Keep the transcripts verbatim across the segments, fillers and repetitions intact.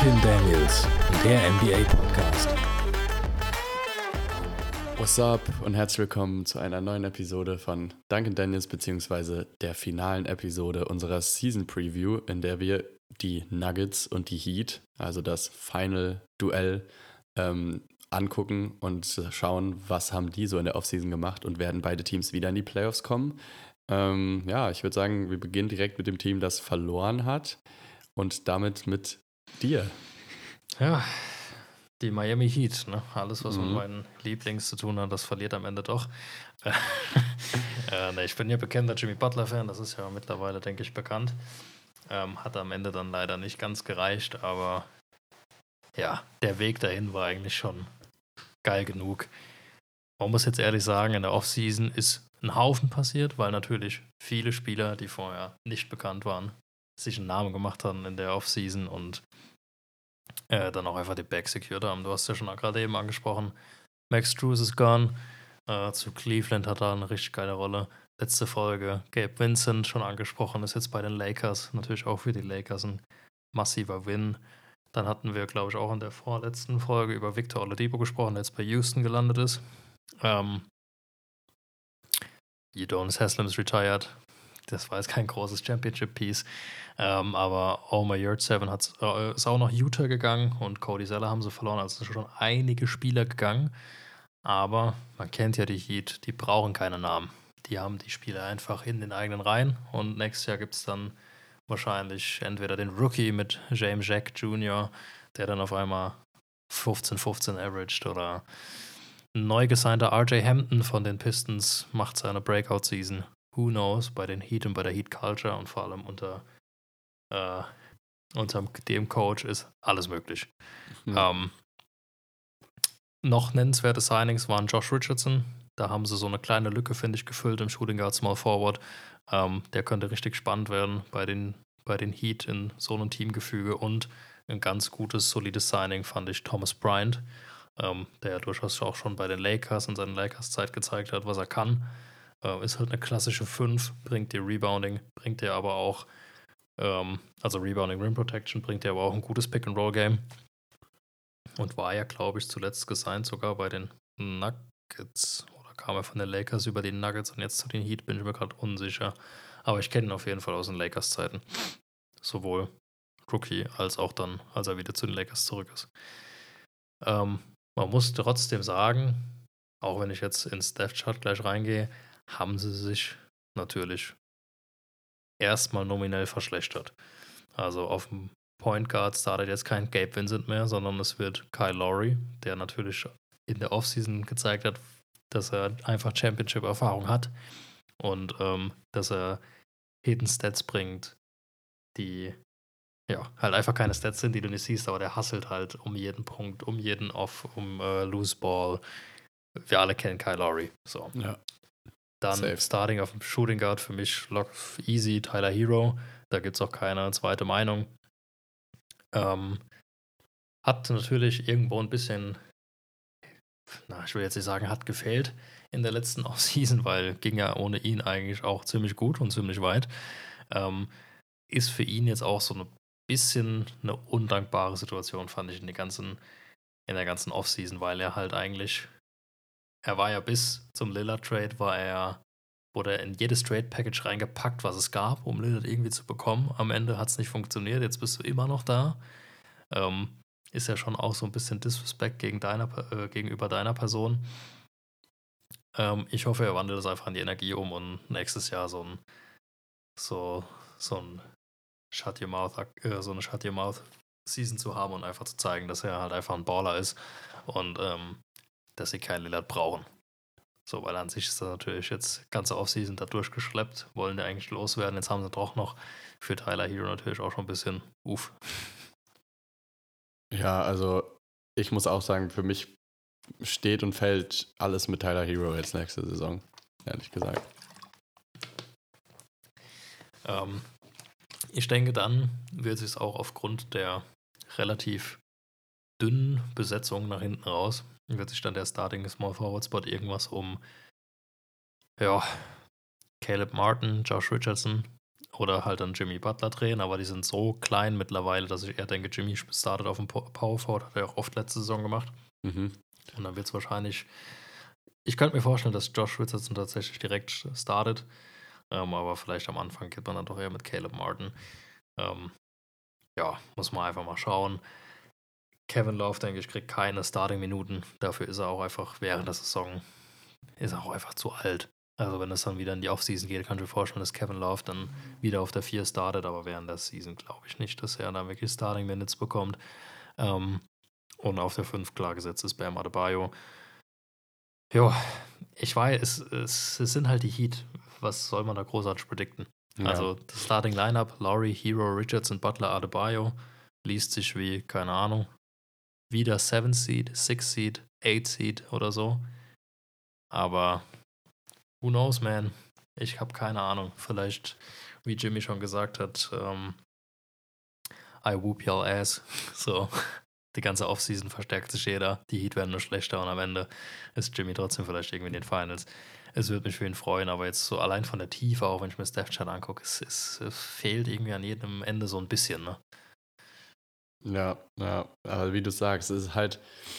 Duncan Daniels, der N B A-Podcast. What's up und herzlich willkommen zu einer neuen Episode von Duncan Daniels beziehungsweise der finalen Episode unserer Season Preview, in der wir die Nuggets und die Heat, also das Final-Duell, ähm, angucken und schauen, was haben die so in der Offseason gemacht und werden beide Teams wieder in die Playoffs kommen. Ähm, ja, ich würde sagen, wir beginnen direkt mit dem Team, das verloren hat und damit mit dir. Ja, die Miami Heat, ne? Alles, was Mhm. mit meinen Lieblings zu tun hat, das verliert am Ende doch. äh, ne, ich bin ja bekennender Jimmy Butler-Fan, das ist ja mittlerweile, denke ich, bekannt. Ähm, hat am Ende dann leider nicht ganz gereicht, aber ja, der Weg dahin war eigentlich schon geil genug. Man muss jetzt ehrlich sagen, in der Offseason ist ein Haufen passiert, weil natürlich viele Spieler, die vorher nicht bekannt waren, sich einen Namen gemacht haben in der Offseason und äh, dann auch einfach die Back secured haben. Du hast ja schon gerade eben angesprochen, Max Strus ist gone, äh, zu Cleveland hat er eine richtig geile Rolle. Letzte Folge, Gabe Vincent schon angesprochen, ist jetzt bei den Lakers, natürlich auch für die Lakers ein massiver Win. Dann hatten wir, glaube ich, auch in der vorletzten Folge über Victor Oladipo gesprochen, der jetzt bei Houston gelandet ist. Ähm, Udonis Haslem ist retired. Das war jetzt kein großes Championship-Piece. Ähm, aber Omer Yurtseven äh, ist auch nach Utah gegangen und Cody Zeller haben sie verloren. Also sind schon einige Spieler gegangen. Aber man kennt ja die Heat, die brauchen keine Namen. Die haben die Spieler einfach in den eigenen Reihen. Und nächstes Jahr gibt es dann wahrscheinlich entweder den Rookie mit James Jack Junior, der dann auf einmal fünfzehn fünfzehn averaged, oder ein neu gesignter R J Hampton von den Pistons macht seine Breakout-Season. Who knows, bei den Heat und bei der Heat-Culture und vor allem unter, äh, unter dem Coach ist alles möglich. Mhm. Ähm, noch nennenswerte Signings waren Josh Richardson. Da haben sie so eine kleine Lücke, finde ich, gefüllt im Shooting Guard Small Forward. Ähm, der könnte richtig spannend werden bei den, bei den Heat in so einem Teamgefüge. Und ein ganz gutes, solides Signing fand ich Thomas Bryant, ähm, der ja durchaus auch schon bei den Lakers in seiner Lakers-Zeit gezeigt hat, was er kann. Äh, ist halt eine klassische fünf, bringt dir Rebounding, bringt dir aber auch, ähm, also Rebounding, Rim Protection, bringt dir aber auch ein gutes Pick-and-Roll-Game. Und war ja, glaube ich, zuletzt gesigned sogar bei den Nuggets. Oder kam er von den Lakers über die Nuggets und jetzt zu den Heat, bin ich mir gerade unsicher. Aber ich kenne ihn auf jeden Fall aus den Lakers-Zeiten. Sowohl Rookie als auch dann, als er wieder zu den Lakers zurück ist. Ähm, man muss trotzdem sagen, auch wenn ich jetzt ins Depth-Chart gleich reingehe, haben sie sich natürlich erstmal nominell verschlechtert. Also auf dem Point Guard startet jetzt kein Gabe Vincent mehr, sondern es wird Kyle Lowry, der natürlich in der Offseason gezeigt hat, dass er einfach Championship-Erfahrung hat und ähm, dass er Hidden Stats bringt, die ja halt einfach keine Stats sind, die du nicht siehst, aber der hustelt halt um jeden Punkt, um jeden Off, um äh, Loose Ball. Wir alle kennen Kyle Lowry. So. Ja. Dann Safe. Starting auf dem Shooting Guard für mich lock easy, Tyler Hero. Da gibt es auch keine zweite Meinung. Ähm, hat natürlich irgendwo ein bisschen, na, ich will jetzt nicht sagen, hat gefehlt in der letzten Offseason, weil ging ja ohne ihn eigentlich auch ziemlich gut und ziemlich weit. Ähm, ist für ihn jetzt auch so ein bisschen eine undankbare Situation, fand ich, in, die ganzen, in der ganzen Offseason, weil er halt eigentlich, er war ja bis zum Lillard-Trade, war er, wurde er in jedes Trade-Package reingepackt, was es gab, um Lillard irgendwie zu bekommen. Am Ende hat es nicht funktioniert, jetzt bist du immer noch da. Ähm, ist ja schon auch so ein bisschen Disrespect gegen deiner, äh, gegenüber deiner Person. Ähm, ich hoffe, er wandelt das einfach in die Energie um und nächstes Jahr so ein so, so ein Shut Your Mouth, äh, so eine Shut Your Mouth Season zu haben und einfach zu zeigen, dass er halt einfach ein Baller ist und ähm, dass sie keinen Lillard brauchen. So, weil an sich ist das natürlich jetzt ganze Offseason da durchgeschleppt, wollen die eigentlich loswerden. Jetzt haben sie doch noch für Tyler Hero natürlich auch schon ein bisschen uff. Ja, also ich muss auch sagen, für mich steht und fällt alles mit Tyler Hero jetzt nächste Saison, ehrlich gesagt. Ähm, ich denke, dann wird sich es auch aufgrund der relativ dünnen Besetzung nach hinten raus, wird sich dann der Starting Small Forward Spot irgendwas um ja, Caleb Martin, Josh Richardson oder halt dann Jimmy Butler drehen, aber die sind so klein mittlerweile, dass ich eher denke, Jimmy startet auf dem Power Forward, hat er auch oft letzte Saison gemacht. Mhm. Und dann wird es wahrscheinlich, ich könnte mir vorstellen, dass Josh Richardson tatsächlich direkt startet, ähm, aber vielleicht am Anfang geht man dann doch eher mit Caleb Martin. Ähm, ja, muss man einfach mal schauen. Kevin Love, denke ich, kriegt keine Starting-Minuten. Dafür ist er auch einfach während der Saison, ist er auch einfach zu alt. Also wenn es dann wieder in die Offseason geht, kann ich mir vorstellen, dass Kevin Love dann wieder auf der vier startet, aber während der Season glaube ich nicht, dass er dann wirklich Starting-Minutes bekommt. Ähm, und auf der fünf klar gesetzt ist Bam Adebayo. Ja, ich weiß, es, es, es sind halt die Heat. Was soll man da großartig predikten? Ja. Also das Starting Lineup, Lowry, Hero, Richardson, Butler, Adebayo, liest sich wie, keine Ahnung, wieder seven Seed, six Seed, eight Seed oder so. Aber who knows, man? Ich habe keine Ahnung. Vielleicht, wie Jimmy schon gesagt hat, ähm, I whoop your ass. So, die ganze Offseason verstärkt sich jeder. Die Heat werden nur schlechter und am Ende ist Jimmy trotzdem vielleicht irgendwie in den Finals. Es würde mich für ihn freuen, aber jetzt so allein von der Tiefe, auch wenn ich mir das Depth Chart angucke, es, es, es fehlt irgendwie an jedem Ende so ein bisschen, ne? Ja, ja, aber wie du sagst, es ist halt,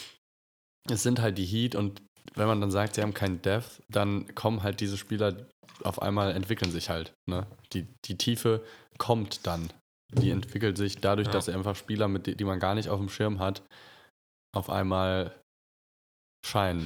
es sind halt die Heat und wenn man dann sagt, sie haben keinen Depth, dann kommen halt diese Spieler auf einmal, entwickeln sich halt, ne? Die, die Tiefe kommt dann. Die entwickelt sich dadurch, Ja. dass einfach Spieler, mit die, die man gar nicht auf dem Schirm hat, auf einmal scheinen.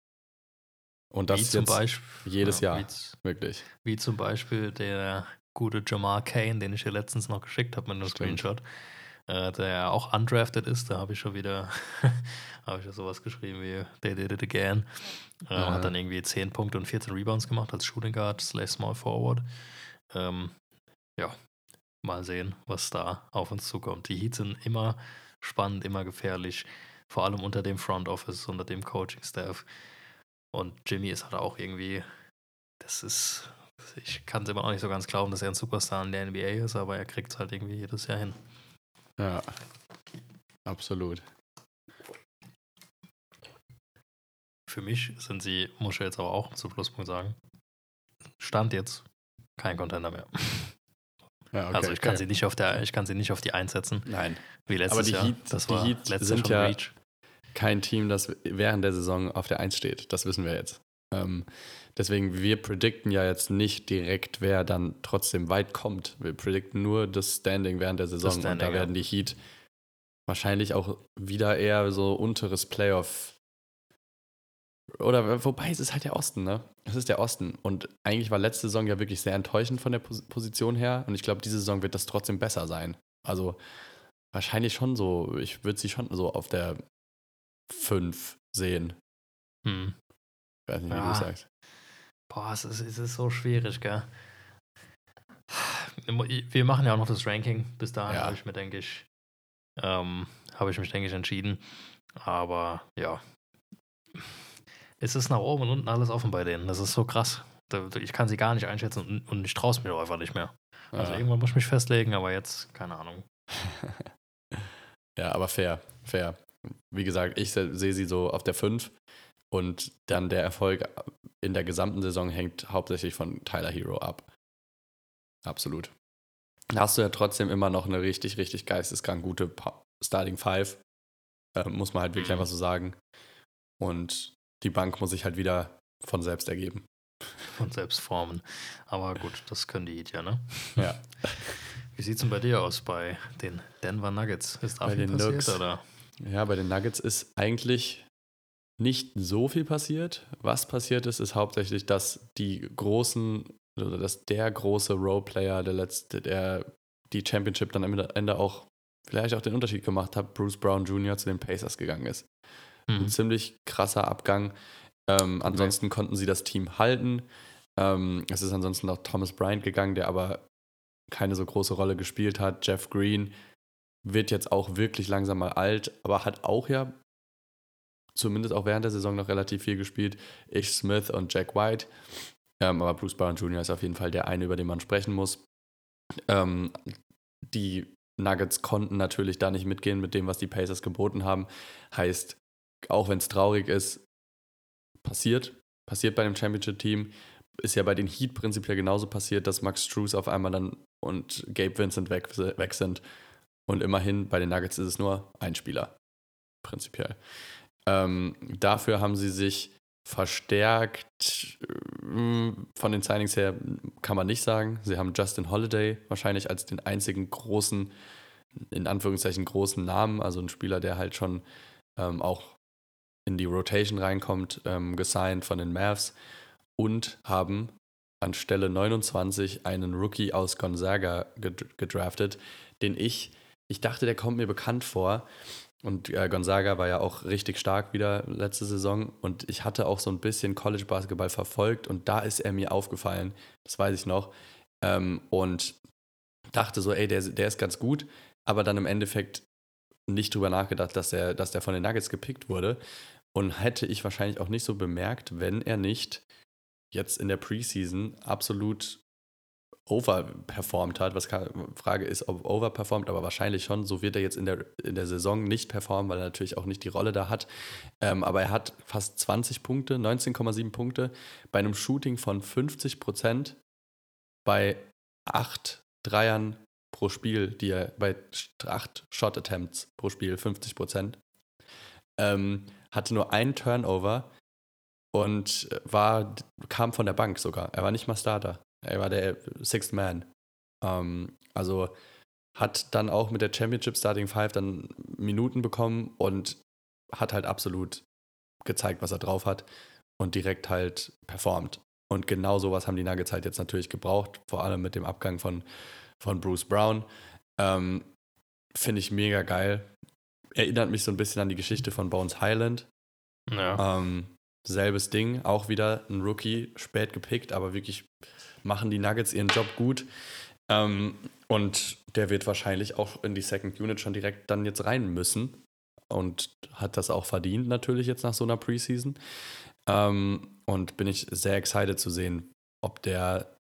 Und das Wie ist zum jetzt Beispiel, jedes ja, Jahr, wie, z- wirklich. wie zum Beispiel der gute Jamal Kane, den ich dir letztens noch geschickt habe mit einem Stimmt. Screenshot, äh, der auch undrafted ist. Da habe ich schon wieder, habe ich ja sowas geschrieben wie They did it again. Äh, Aha. Hat dann irgendwie zehn Punkte und vierzehn Rebounds gemacht als Shooting Guard slash Small Forward. Ähm, ja, mal sehen, was da auf uns zukommt. Die Heats sind immer spannend, immer gefährlich, vor allem unter dem Front Office, unter dem Coaching-Staff. Und Jimmy ist halt auch irgendwie, das ist, ich kann es immer noch nicht so ganz glauben, dass er ein Superstar in der N B A ist, aber er kriegt es halt irgendwie jedes Jahr hin. Ja, absolut. Für mich sind sie, muss ich jetzt aber auch zum Pluspunkt sagen, Stand jetzt kein Contender mehr. Ja, okay, also ich kann okay. sie nicht auf der, ich kann sie nicht auf die eins setzen, Nein. wie letztes Aber die Jahr. Heat, das die war Heat letztes sind Jahr schon ja Reach. kein Team, das während der Saison auf der eins steht. Das wissen wir jetzt. Ähm, deswegen, wir predikten ja jetzt nicht direkt, wer dann trotzdem weit kommt. Wir predikten nur das Standing während der Saison. Standing, und da ja. werden die Heat wahrscheinlich auch wieder eher so unteres Playoff. Oder wobei, es ist halt der Osten, ne? Es ist der Osten. Und eigentlich war letzte Saison ja wirklich sehr enttäuschend von der Pos- Position her. Und ich glaube, diese Saison wird das trotzdem besser sein. Also wahrscheinlich schon so, ich würde sie schon so auf der fünf sehen. Hm. Ich weiß nicht, wie Ja. du sagst. Boah, es ist, es ist so schwierig, gell? Wir machen ja auch noch das Ranking. Bis dahin Ja. habe ich mir, denke ich, ähm, habe ich mich, denke ich, entschieden. Aber ja, es ist nach oben und unten alles offen bei denen. Das ist so krass. Da- Ich kann sie gar nicht einschätzen und, und ich traue es mir doch einfach nicht mehr. Also Ja. irgendwann muss ich mich festlegen, aber jetzt, keine Ahnung. Ja, aber fair, fair. Wie gesagt, ich se- sehe sie so auf der fünf und dann der Erfolg in der gesamten Saison hängt hauptsächlich von Tyler Hero ab. Absolut. Da hast du ja trotzdem immer noch eine richtig, richtig geisteskrank gute Pa- Starting Five. Äh, muss man halt wirklich Mhm. einfach so sagen. Und die Bank muss sich halt wieder von selbst ergeben. Von selbst formen. Aber gut, das können die Heat ja, ne? Ja. Wie sieht's denn bei dir aus bei den Denver Nuggets? Ist da Bei viel den passiert, Nuggets. oder? Ja, bei den Nuggets ist eigentlich nicht so viel passiert. Was passiert ist, ist hauptsächlich, dass die großen, oder dass der große Roleplayer, der letzte, der die Championship dann am Ende auch vielleicht auch den Unterschied gemacht hat, Bruce Brown Junior zu den Pacers gegangen ist. Ein Mhm. ziemlich krasser Abgang. Ähm, ansonsten konnten sie das Team halten. Ähm, es ist ansonsten auch Thomas Bryant gegangen, der aber keine so große Rolle gespielt hat. Jeff Green wird jetzt auch wirklich langsam mal alt, aber hat auch ja zumindest auch während der Saison noch relativ viel gespielt. Ish Smith und Jack White. Ähm, aber Bruce Brown Junior ist auf jeden Fall der eine, über den man sprechen muss. Ähm, die Nuggets konnten natürlich da nicht mitgehen mit dem, was die Pacers geboten haben. Heißt, auch wenn es traurig ist, passiert. Passiert bei dem Championship-Team. ist ja bei den Heat prinzipiell genauso passiert, dass Max Strus auf einmal dann und Gabe Vincent weg, weg sind. Und immerhin bei den Nuggets ist es nur ein Spieler, prinzipiell. Ähm, dafür haben sie sich verstärkt, äh, von den Signings her kann man nicht sagen. Sie haben Justin Holiday wahrscheinlich als den einzigen großen, in Anführungszeichen großen Namen, also ein Spieler, der halt schon ähm, auch in die Rotation reinkommt, ähm, gesigned von den Mavs und haben an Stelle neunundzwanzig einen Rookie aus Gonzaga gedraftet, den ich, ich dachte, der kommt mir bekannt vor. Und äh, Gonzaga war ja auch richtig stark wieder letzte Saison. Und ich hatte auch so ein bisschen College-Basketball verfolgt und da ist er mir aufgefallen. Das weiß ich noch. Ähm, und dachte so, ey, der, der ist ganz gut. Aber dann im Endeffekt nicht drüber nachgedacht, dass der, dass der von den Nuggets gepickt wurde. Und hätte ich wahrscheinlich auch nicht so bemerkt, wenn er nicht jetzt in der Preseason absolut overperformt hat. Was die Frage ist, ob overperformt, aber wahrscheinlich schon. So wird er jetzt in der, in der Saison nicht performen, weil er natürlich auch nicht die Rolle da hat. Ähm, aber er hat fast zwanzig Punkte, neunzehn Komma sieben Punkte, bei einem Shooting von fünfzig Prozent, bei acht Dreiern pro Spiel, die er bei acht Shot-Attempts pro Spiel, fünfzig Prozent. Ähm, hatte nur einen Turnover und war, kam von der Bank sogar. Er war nicht mal Starter. Er war der Sixth Man. Ähm, also hat dann auch mit der Championship Starting Five dann Minuten bekommen und hat halt absolut gezeigt, was er drauf hat und direkt halt performt. Und genau sowas haben die Nuggets halt jetzt natürlich gebraucht, vor allem mit dem Abgang von, von Bruce Brown. Ähm, Finde ich mega geil. Erinnert mich so ein bisschen an die Geschichte von Bones Highland. Ja. Ähm, selbes Ding, auch wieder ein Rookie, spät gepickt, aber wirklich machen die Nuggets ihren Job gut. Ähm, und der wird wahrscheinlich auch in die Second Unit schon direkt dann jetzt rein müssen. Und hat das auch verdient natürlich jetzt nach so einer Preseason. Ähm, und bin ich sehr excited zu sehen, ob der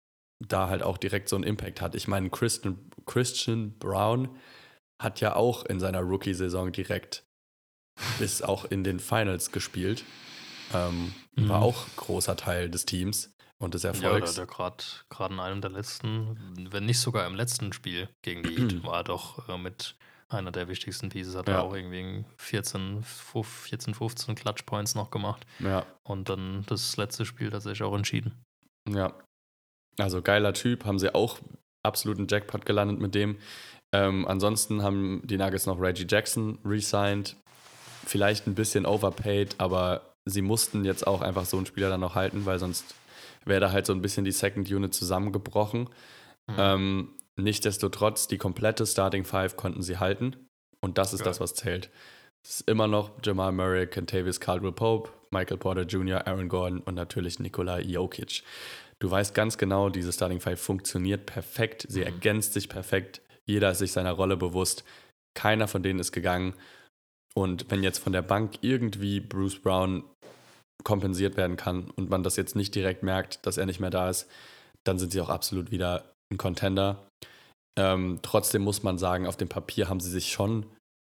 da halt auch direkt so einen Impact hat. Ich meine, Christian, Christian Brown hat ja auch in seiner Rookie-Saison direkt bis auch in den Finals gespielt. Ähm, mhm. War auch großer Teil des Teams und des Erfolgs. Ja, der gerade gerade in einem der letzten, wenn nicht sogar im letzten Spiel gegen die Heat, war er doch äh, mit einer der wichtigsten Pieces, hat ja. er auch irgendwie vierzehn, fünfzehn Clutch-Points noch gemacht. Ja. Und dann das letzte Spiel tatsächlich auch entschieden. Ja, also geiler Typ, haben sie auch absoluten Jackpot gelandet mit dem. Ähm, ansonsten haben die Nuggets noch Reggie Jackson resigned. Vielleicht ein bisschen overpaid, aber sie mussten jetzt auch einfach so einen Spieler dann noch halten, weil sonst wäre da halt so ein bisschen die Second Unit zusammengebrochen. Mhm. Ähm, nichtsdestotrotz, die komplette Starting Five konnten sie halten und das ist ja. das, was zählt. Es ist immer noch Jamal Murray, Kentavious Caldwell-Pope, Michael Porter Junior, Aaron Gordon und natürlich Nikola Jokic. Du weißt ganz genau, diese Starting Five funktioniert perfekt, sie mhm. ergänzt sich perfekt, jeder ist sich seiner Rolle bewusst, keiner von denen ist gegangen. Und wenn jetzt von der Bank irgendwie Bruce Brown kompensiert werden kann und man das jetzt nicht direkt merkt, dass er nicht mehr da ist, dann sind sie auch absolut wieder ein Contender. Ähm, trotzdem muss man sagen, auf dem Papier haben sie sich schon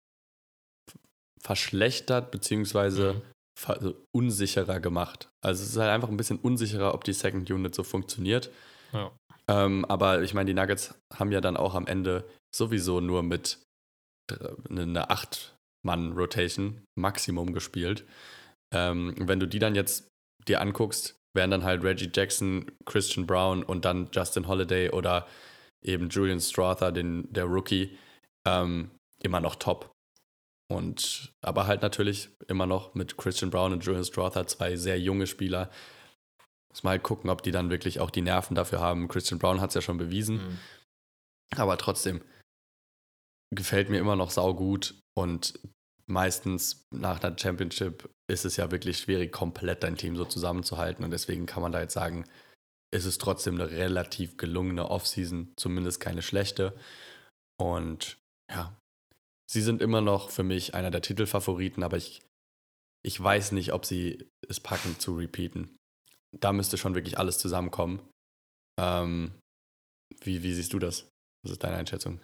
verschlechtert beziehungsweise mhm. also unsicherer gemacht. Also es ist halt einfach ein bisschen unsicherer, ob die Second Unit so funktioniert. Ja. Ähm, aber ich meine, die Nuggets haben ja dann auch am Ende sowieso nur mit einer acht Mann-Rotation Maximum gespielt. Ähm, wenn du die dann jetzt dir anguckst, wären dann halt Reggie Jackson, Christian Brown und dann Justin Holiday oder eben Julian Strawther, den, der Rookie, ähm, immer noch top. Und aber halt natürlich immer noch mit Christian Brown und Julian Strawther zwei sehr junge Spieler. Muss mal halt gucken, ob die dann wirklich auch die Nerven dafür haben. Christian Brown hat es ja schon bewiesen. Mhm. Aber trotzdem gefällt mir immer noch saugut und meistens nach der Championship ist es ja wirklich schwierig, komplett dein Team so zusammenzuhalten und deswegen kann man da jetzt sagen, ist es trotzdem eine relativ gelungene Offseason, zumindest keine schlechte und ja, sie sind immer noch für mich einer der Titelfavoriten, aber ich, ich weiß nicht, ob sie es packen zu repeaten. Da müsste schon wirklich alles zusammenkommen. Ähm, wie, wie siehst du das? Was ist deine Einschätzung?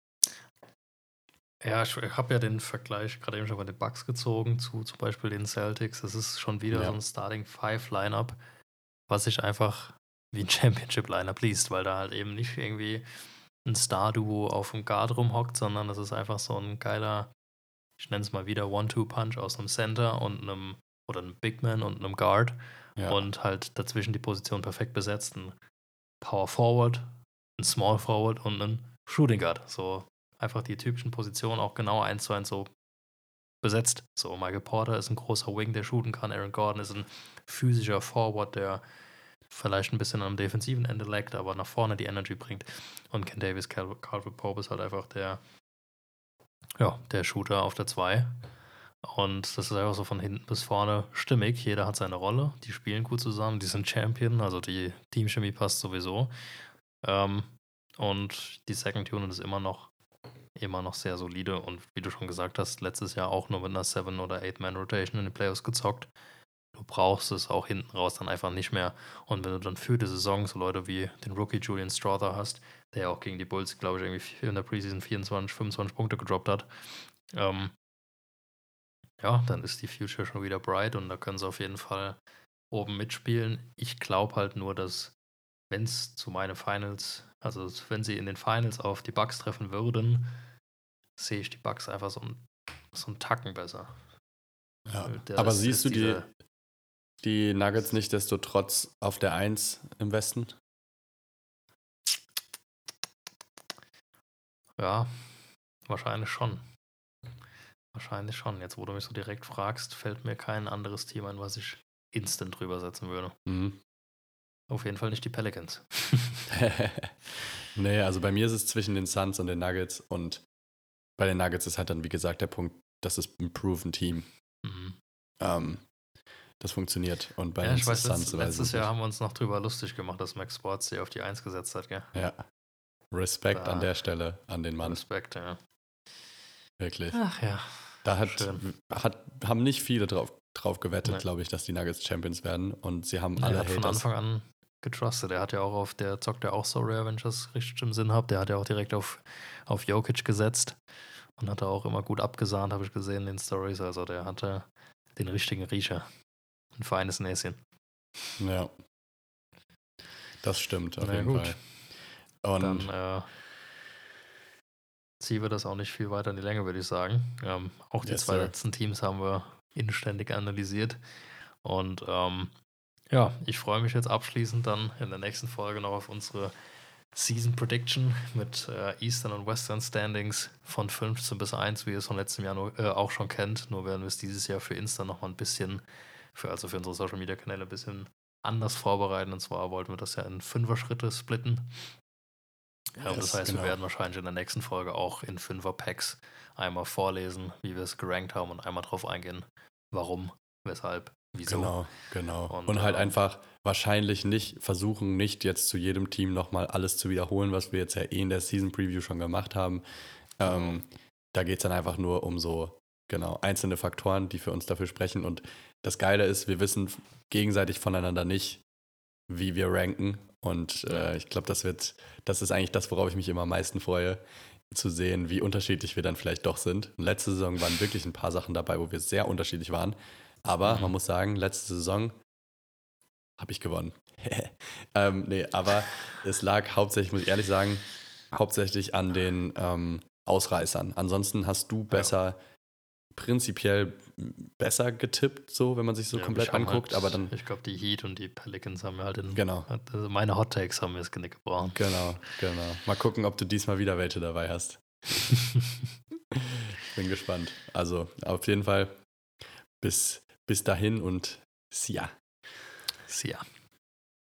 Ja, ich habe ja den Vergleich gerade eben schon bei den Bucks gezogen zu zum Beispiel den Celtics. Das ist schon wieder ja. so ein Starting Five Lineup, was sich einfach wie ein Championship-Lineup liest, weil da halt eben nicht irgendwie ein Star-Duo auf dem Guard rumhockt, sondern das ist einfach so ein geiler, ich nenne es mal wieder One-Two-Punch aus einem Center und einem, oder einem Big Man und einem Guard Ja. und halt dazwischen die Position perfekt besetzt, ein Power Forward, ein Small Forward und ein Shooting Guard. So einfach die typischen Positionen auch genau eins zu eins so besetzt. So Michael Porter ist ein großer Wing, der shooten kann. Aaron Gordon ist ein physischer Forward, der vielleicht ein bisschen am defensiven Ende laggt, aber nach vorne die Energy bringt. Und Ken Davis, Cal- Calvin Pope ist halt einfach der, ja, der Shooter auf der zwei. Und das ist einfach so von hinten bis vorne stimmig. Jeder hat seine Rolle. Die spielen gut zusammen. Die sind Champion. Also die Teamchemie passt sowieso. Ähm, und die Second Unit ist immer noch, immer noch sehr solide. Und wie du schon gesagt hast, letztes Jahr auch nur mit einer seven- oder eight-Man-Rotation in den Playoffs gezockt. Du brauchst es auch hinten raus dann einfach nicht mehr. Und wenn du dann für die Saison so Leute wie den Rookie Julian Strother hast, der ja auch gegen die Bulls, glaube ich, irgendwie in der Preseason vierundzwanzig, fünfundzwanzig Punkte gedroppt hat, ähm, ja, dann ist die Future schon wieder bright und da können sie auf jeden Fall oben mitspielen. Ich glaube halt nur, dass wenn es zu meinen Finals, also wenn sie in den Finals auf die Bucks treffen würden, sehe ich die Bucks einfach so einen, so einen Tacken besser. Ja. Der Aber ist- siehst du ist die, dieser- die Nuggets nicht desto trotz auf der eins im Westen? Ja, wahrscheinlich schon. Wahrscheinlich schon. Jetzt, wo du mich so direkt fragst, fällt mir kein anderes Team ein, was ich instant drüber setzen würde. Mhm. Auf jeden Fall nicht die Pelicans. Nee, also bei mir ist es zwischen den Suns und den Nuggets und bei den Nuggets ist halt dann, wie gesagt, der Punkt, das ist ein proven Team. Mhm. Ähm, das funktioniert. Und bei Ja, den ich weiß, Suns letzt, weiß ich letztes es Jahr nicht. haben wir uns noch drüber lustig gemacht, dass Max Sports sie auf die eins gesetzt hat, gell? Ja. Respekt Da- an der Stelle an den Mann. Respekt, ja. Wirklich. Ach ja. Da hat, schön. hat, haben nicht viele drauf, drauf gewettet, Nee. glaube ich, dass die Nuggets Champions werden. Und sie haben Er alle hat von Haters. Anfang an getrustet. Er hat ja auch auf der, zockt ja auch so Rare, wenn ich das richtig im Sinn habe. Der hat ja auch direkt auf, auf Jokic gesetzt und hat da auch immer gut abgesahnt, habe ich gesehen in den Stories. Also der hatte den richtigen Riecher. Ein feines Näschen. Ja. Das stimmt, auf Na jeden gut. Fall. Und Dann äh, ziehen wir das auch nicht viel weiter in die Länge, würde ich sagen. Ähm, auch die Yes, zwei sir. letzten Teams haben wir inständig analysiert. Und ähm, ja, ich freue mich jetzt abschließend dann in der nächsten Folge noch auf unsere Season Prediction mit äh, Eastern und Western Standings von fünfzehn bis eins, wie ihr es von letztem Jahr nur, äh, auch schon kennt. Nur werden wir es dieses Jahr für Insta noch mal ein bisschen, für, also für unsere Social Media Kanäle ein bisschen anders vorbereiten. Und zwar wollten wir das ja in Fünfer-Schritte splitten. Ja, und Yes, das heißt, genau. wir werden wahrscheinlich in der nächsten Folge auch in Fünfer-Packs einmal vorlesen, wie wir es gerankt haben und einmal drauf eingehen, warum, weshalb, wieso. Genau, genau. Und, Und, halt ähm, einfach wahrscheinlich nicht versuchen, nicht jetzt zu jedem Team nochmal alles zu wiederholen, was wir jetzt ja eh in der Season Preview schon gemacht haben. Ähm, da geht es dann einfach nur um so, genau, einzelne Faktoren, die für uns dafür sprechen. Und das Geile ist, wir wissen gegenseitig voneinander nicht, wie wir ranken. Und äh, ich glaube, das wird, das ist eigentlich das, worauf ich mich immer am meisten freue, zu sehen, wie unterschiedlich wir dann vielleicht doch sind. Und letzte Saison waren wirklich ein paar Sachen dabei, wo wir sehr unterschiedlich waren. Aber Mhm. man muss sagen, letzte Saison habe ich gewonnen. ähm, nee, aber es lag hauptsächlich, muss ich ehrlich sagen, hauptsächlich an den ähm, Ausreißern. Ansonsten hast du besser, prinzipiell besser getippt, so, wenn man sich so Ja, komplett mich haben anguckt. Halt, aber dann, ich glaube, die Heat und die Pelicans haben mir halt in, genau, also meine Hot Takes haben mir das Genick gebrochen. genau, genau. Mal gucken, ob du diesmal wieder welche dabei hast. Bin gespannt. Also auf jeden Fall bis, bis dahin und Sia. Ja.